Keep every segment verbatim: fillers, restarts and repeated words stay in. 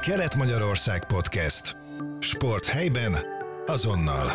Kelet-Magyarország Podcast. Sport helyben, azonnal.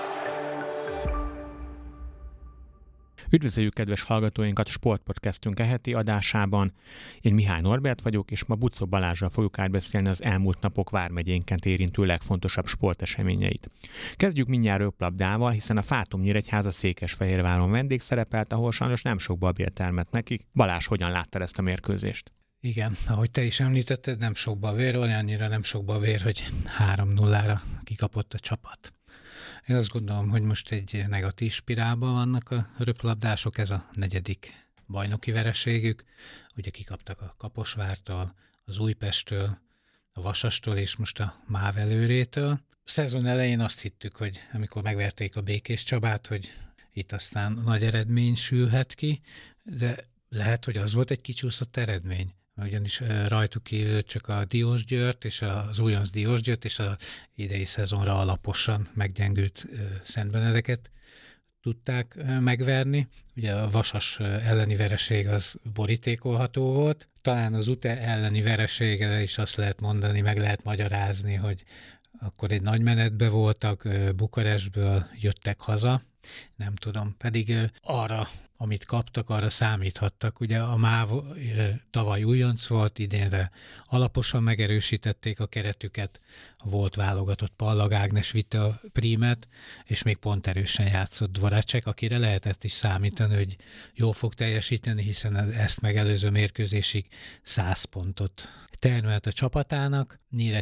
Üdvözöljük kedves hallgatóinkat Sportpodcastünk e heti adásában. Én Mihály Norbert vagyok, és ma Buczó Balázsral fogjuk átbeszélni az elmúlt napok vármegyénket érintő legfontosabb sporteseményeit. Kezdjük mindjárt röplabdával, hiszen a Fátum Nyíregyháza Székesfehérváron vendégszerepelt, ahol sajnos nem sok babér termett nekik. Balázs, hogyan láttad ezt a mérkőzést? Igen, ahogy te is említetted, nem sok bavér, olyannyira nem sok bavér, hogy három nullára kikapott a csapat. Én azt gondolom, hogy most egy negatív spirálban vannak a röplabdások, ez a negyedik bajnoki vereségük. Ugye kikaptak a Kaposvártól, az Újpesttől, a Vasastól és most a Mávelőrétől. A szezon elején azt hittük, hogy amikor megverték a Békés Csabát, hogy itt aztán nagy eredmény sülhet ki, de lehet, hogy az volt egy kicsúszott eredmény. Ugyanis rajtuk kívül csak a Diósgyőrt és az újonc Diósgyőrt és az idei szezonra alaposan meggyengült Szentbenedeket tudták megverni. Ugye a Vasas elleni vereség az borítékolható volt. Talán az UTE elleni vereségre is azt lehet mondani, meg lehet magyarázni, hogy akkor egy nagy menetbe voltak, Bukarestből jöttek haza. Nem tudom, pedig arra, amit kaptak, arra számíthattak. Ugye a MÁV tavaly újonc volt, idénre alaposan megerősítették a keretüket, volt válogatott Pallag Ágnes vitte a prímet, és még pont erősen játszott Dvorácsek, akire lehetett is számítani, hogy jól fog teljesíteni, hiszen ezt megelőző mérkőzésig száz pontot termelt a csapatának.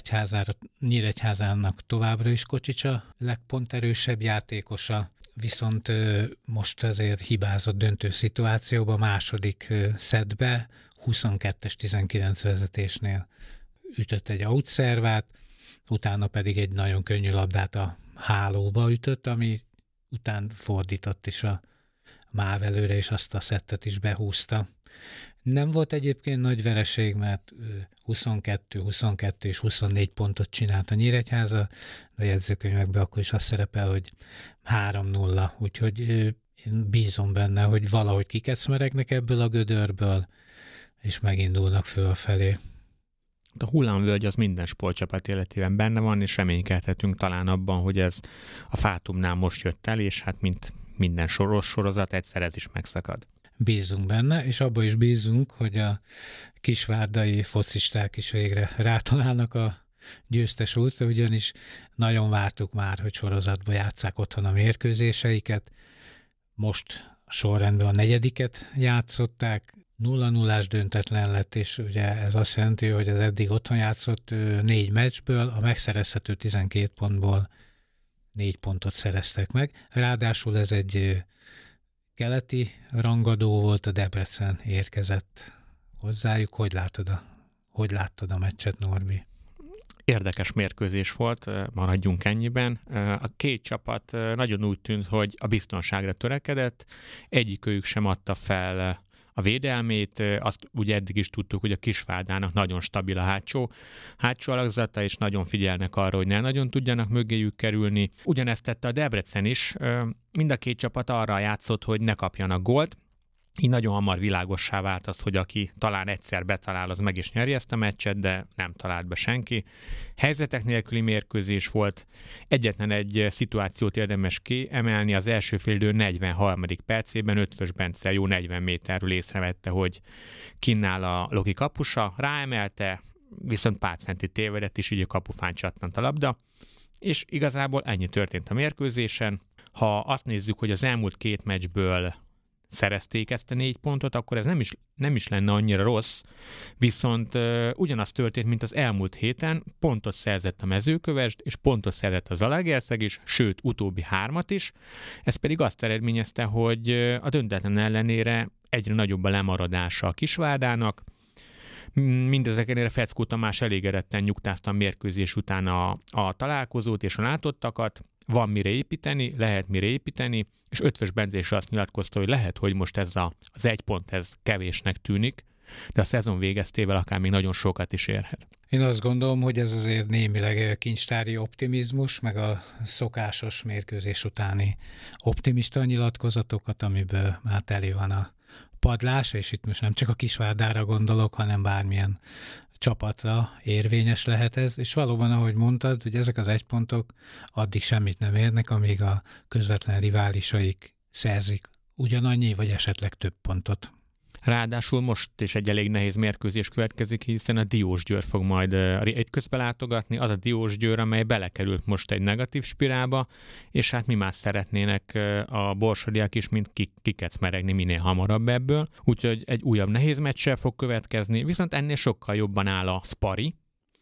Nyíregyházának továbbra is Kocsics a legponterősebb játékosa, viszont most azért hibázott döntő szituációban, második szettbe, huszonkettes tizenkilenc vezetésnél ütött egy outszervát, utána pedig egy nagyon könnyű labdát a hálóba ütött, ami után fordított is a Mávelőre, és azt a szettet is behúzta. Nem volt egyébként nagy vereség, mert huszonkettő, huszonkettő és huszonnégy pontot csinált a Nyíregyháza, de a jegyzőkönyvekben akkor is azt szerepel, hogy három nulla, úgyhogy én bízom benne, hogy valahogy kikecmeregnek ebből a gödörből, és megindulnak fölfelé. A hullámvölgy az minden sportcsapat életében benne van, és reménykedhetünk talán abban, hogy ez a Fátumnál most jött el, és hát mint minden soros sorozat, egyszer ez is megszakad. Bízunk benne, és abban is bízunk, hogy a kisvárdai focisták is végre rátalálnak a győztes útra, ugyanis nagyon vártuk már, hogy sorozatba játsszák otthon a mérkőzéseiket. Most a sorrendben a negyediket játszották, nulla nullás döntetlen lett, és ugye ez azt jelenti, hogy az eddig otthon játszott négy meccsből, a megszerezhető tizenkét pontból négy pontot szereztek meg. Ráadásul ez egy keleti rangadó volt, a Debrecen érkezett hozzájuk. Hogy látod a, hogy láttad a meccset, Norbi? Érdekes mérkőzés volt, maradjunk ennyiben. A két csapat nagyon úgy tűnt, hogy a biztonságra törekedett, egyikőjük sem adta fel a védelmét, azt ugye eddig is tudtuk, hogy a Kisvárdának nagyon stabil a hátsó, hátsó alakzata, és nagyon figyelnek arra, hogy ne nagyon tudjanak mögéjük kerülni. Ugyanezt tette a Debrecen is, mind a két csapat arra játszott, hogy ne kapjanak gólt. Így nagyon hamar világossá vált az, hogy aki talán egyszer betalál, az meg is nyeri ezt a meccset, de nem talált be senki. Helyzetek nélküli mérkőzés volt. Egyetlen egy szituációt érdemes kiemelni, az első félidő negyvenharmadik percében Ötvös Bence jó negyven méterről észrevette, hogy kinnál a Loki kapusa, ráemelte, viszont pár centi tévedett is, így a kapufán csattant a labda, és igazából ennyi történt a mérkőzésen. Ha azt nézzük, hogy az elmúlt két meccsből szerezték ezt a négy pontot, akkor ez nem is, nem is lenne annyira rossz, viszont uh, ugyanaz történt, mint az elmúlt héten, pontot szerzett a Mezőkövesd, és pontot szerzett az Zalaegerszeg is, sőt, utóbbi hármat is. Ez pedig azt eredményezte, hogy uh, a döntetlen ellenére egyre nagyobb a lemaradása a Kisvárdának. Mindezekre Feckó Tamás elégedetten nyugtázta a mérkőzés után a, a találkozót és a látottakat. Van mire építeni, lehet mire építeni, és Ötvös Bence is azt nyilatkozta, hogy lehet, hogy most ez a, az egy pont ez kevésnek tűnik, de a szezon végeztével akár még nagyon sokat is érhet. Én azt gondolom, hogy ez azért némileg kincstári optimizmus, meg a szokásos mérkőzés utáni optimista nyilatkozatokat, amiből már teli van a padlás, és itt most nem csak a Kisvárdára gondolok, hanem bármilyen csapatra érvényes lehet ez, és valóban, ahogy mondtad, hogy ezek az egypontok addig semmit nem érnek, amíg a közvetlen riválisaik szerzik ugyanannyi, vagy esetleg több pontot. Ráadásul most is egy elég nehéz mérkőzés következik, hiszen a Diósgyőr fog majd egy közbe látogatni, az a Diósgyőr, amely belekerült most egy negatív spirálba, és hát mi más szeretnének a borsodiak is, mint kikecmeregni minél hamarabb ebből. Úgyhogy egy újabb nehéz meccsel fog következni, viszont ennél sokkal jobban áll a Spari,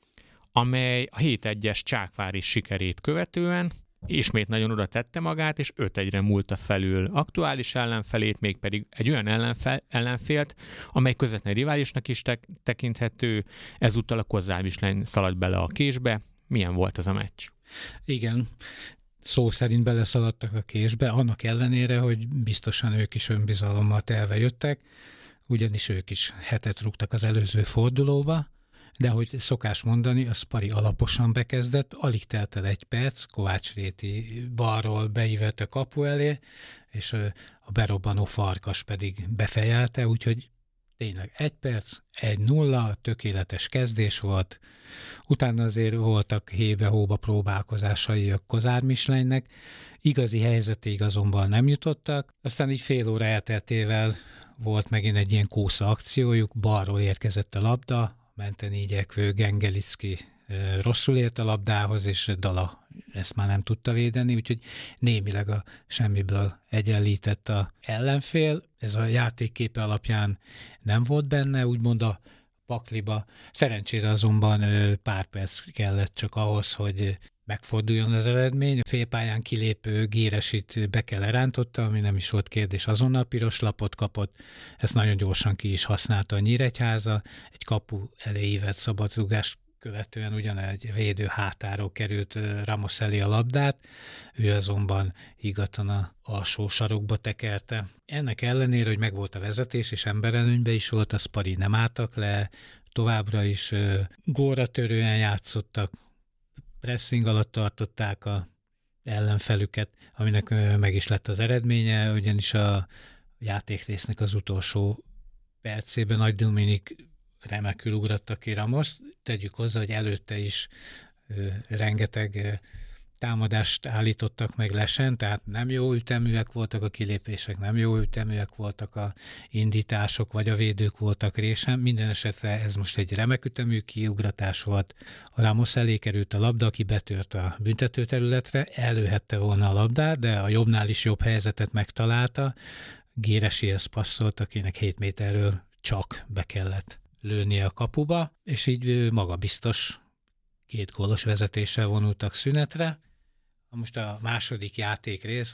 amely a hét egyes Csákvári sikerét követően ismét nagyon oda tette magát, és öt egyre múlta felül aktuális ellenfelét, mégpedig egy olyan ellenfel, ellenfélt, amely közvetlen riválisnak is tek, tekinthető, ezúttal a Kozár Michelin szaladt bele a késbe. Milyen volt az a meccs? Igen, szó szerint beleszaladtak a késbe, annak ellenére, hogy biztosan ők is önbizalommal telve jöttek, ugyanis ők is hetet rúgtak az előző fordulóba, de ahogy szokás mondani, a Spari alaposan bekezdett, alig telt el egy perc, Kovács Réti balról beívett a kapu elé, és a berobbanó Farkas pedig befejelte, úgyhogy tényleg egy perc, egy nulla, tökéletes kezdés volt. Utána azért voltak hébe-hóba próbálkozásai a Kozár Michelinnek, igazi helyzetig azonban nem jutottak, aztán így fél óra elteltével volt megint egy ilyen kósza akciójuk, balról érkezett a labda, menten igyekvő Gengelicki rosszul ért a labdához, és Dala ezt már nem tudta védeni, úgyhogy némileg a semmiből egyenlített a ellenfél. Ez a játékképe alapján nem volt benne, úgymond a pakliba. Szerencsére azonban pár perc kellett csak ahhoz, hogy megforduljon az eredmény. A félpályán kilépő Géresit Bekele rántotta, ami nem is volt kérdés, azonnal piros lapot kapott. Ezt nagyon gyorsan ki is használta a Nyíregyháza. Egy kapu elé ívett szabadrúgást követően ugyan egy védő hátáról került Ramos elé a labdát, ő azonban higgadtan a alsó sarokba tekerte. Ennek ellenére, hogy megvolt a vezetés, és emberelőnybe is volt, a Spari nem álltak le, továbbra is gólra törően játszottak, pressing alatt tartották a ellenfelüket, aminek meg is lett az eredménye, ugyanis a játékrésznek az utolsó percében Nagy Dominik remekül ugratta ki Ramoszt. Tegyük hozzá, hogy előtte is ö, rengeteg támadást állítottak meg lesen, tehát nem jó üteműek voltak a kilépések, nem jó üteműek voltak a indítások, vagy a védők voltak résen. Minden esetre ez most egy remek ütemű kiugratás volt. A Ramos elé került a labda, aki betört a büntetőterületre, előhette volna a labdát, de a jobbnál is jobb helyzetet megtalálta. Géresihez passzolt, akinek hét méterről csak be kellett lőnie a kapuba, és így magabiztos két gólos vezetéssel vonultak szünetre. Most a második játékrész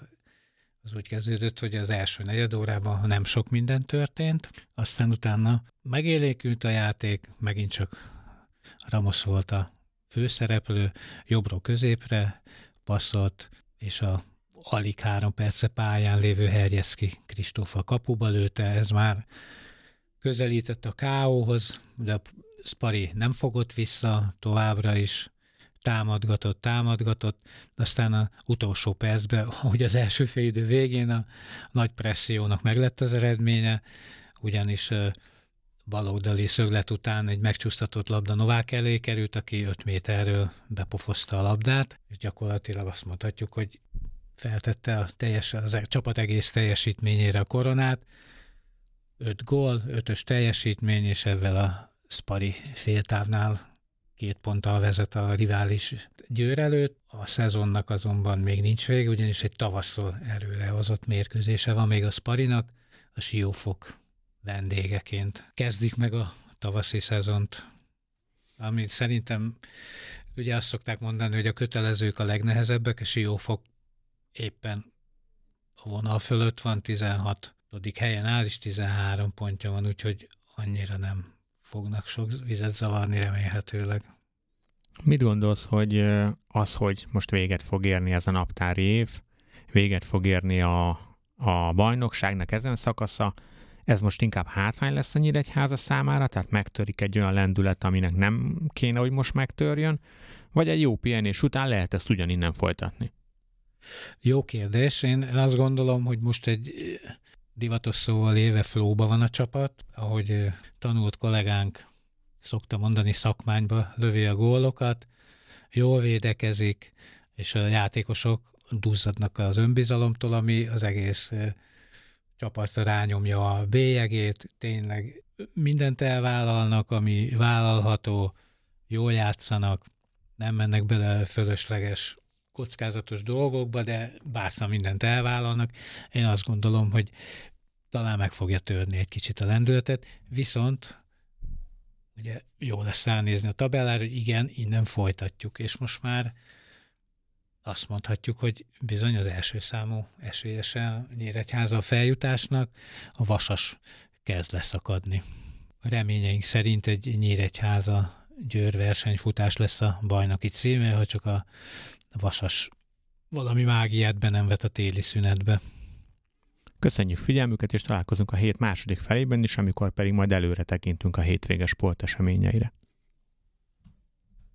az úgy kezdődött, hogy az első negyed órában nem sok minden történt, aztán utána megélénkült a játék, megint csak Ramos volt a főszereplő, jobbról középre passzolt, és a alig három perce pályán lévő Herjeszki Kristóf a kapuba lőtte, ez már közelített a ká óhoz, de a Spari nem fogott vissza, továbbra is támadgatott, támadgatott, aztán az utolsó percben, ahogy az első félidő végén a nagy pressziónak meglett az eredménye, ugyanis baloldali szöglet után egy megcsúsztatott labda Novák elé került, aki öt méterről bepofozta a labdát, és gyakorlatilag azt mondhatjuk, hogy feltette a teljes, az csapat egész teljesítményére a koronát. Öt gól, ötös teljesítmény, és ezzel a Spari féltávnál két ponttal vezet a rivális Győr előtt. A szezonnak azonban még nincs vége, ugyanis egy tavasszal erőre hozott mérkőzése van még a Sparinak. A Siófok vendégeként kezdik meg a tavaszi szezont, amit szerintem ugye azt szokták mondani, hogy a kötelezők a legnehezebbek, a Siófok éppen a vonal fölött van, tizenhatodik helyen áll, és tizenhárom pontja van, úgyhogy annyira nem fognak sok vizet zavarni remélhetőleg. Mit gondolsz, hogy az, hogy most véget fog érni ez a naptári év, véget fog érni a, a bajnokságnak ezen szakasza, ez most inkább hátrány lesz a Nyíregyháza számára, tehát megtörik egy olyan lendület, aminek nem kéne, hogy most megtörjön, vagy egy jó pihenés után lehet ezt ugyaninnen folytatni? Jó kérdés. Én azt gondolom, hogy most egy divatos szóval éve flóba van a csapat, ahogy tanult kollégánk szokta mondani szakmányba, lövi a gólokat, jól védekezik, és a játékosok duzzadnak az önbizalomtól, ami az egész csapatra rányomja a bélyegét, tényleg mindent elvállalnak, ami vállalható, jól játszanak, nem mennek bele fölösleges, kockázatos dolgokba, de bátran mindent elvállalnak. Én azt gondolom, hogy talán meg fogja törni egy kicsit a lendületet, viszont ugye jó lesz ránézni a tabellára, hogy igen, innen folytatjuk, és most már azt mondhatjuk, hogy bizony az első számú esélyese Nyíregyháza a feljutásnak, a Vasas kezd leszakadni. A reményeink szerint egy Nyíregyháza Győr versenyfutás lesz a bajnoki címe, ha csak a Vasas valami mágiát be nem vet a téli szünetbe. Köszönjük figyelmüket, és találkozunk a hét második felében is, amikor pedig majd előre tekintünk a hétvége sporteseményeire.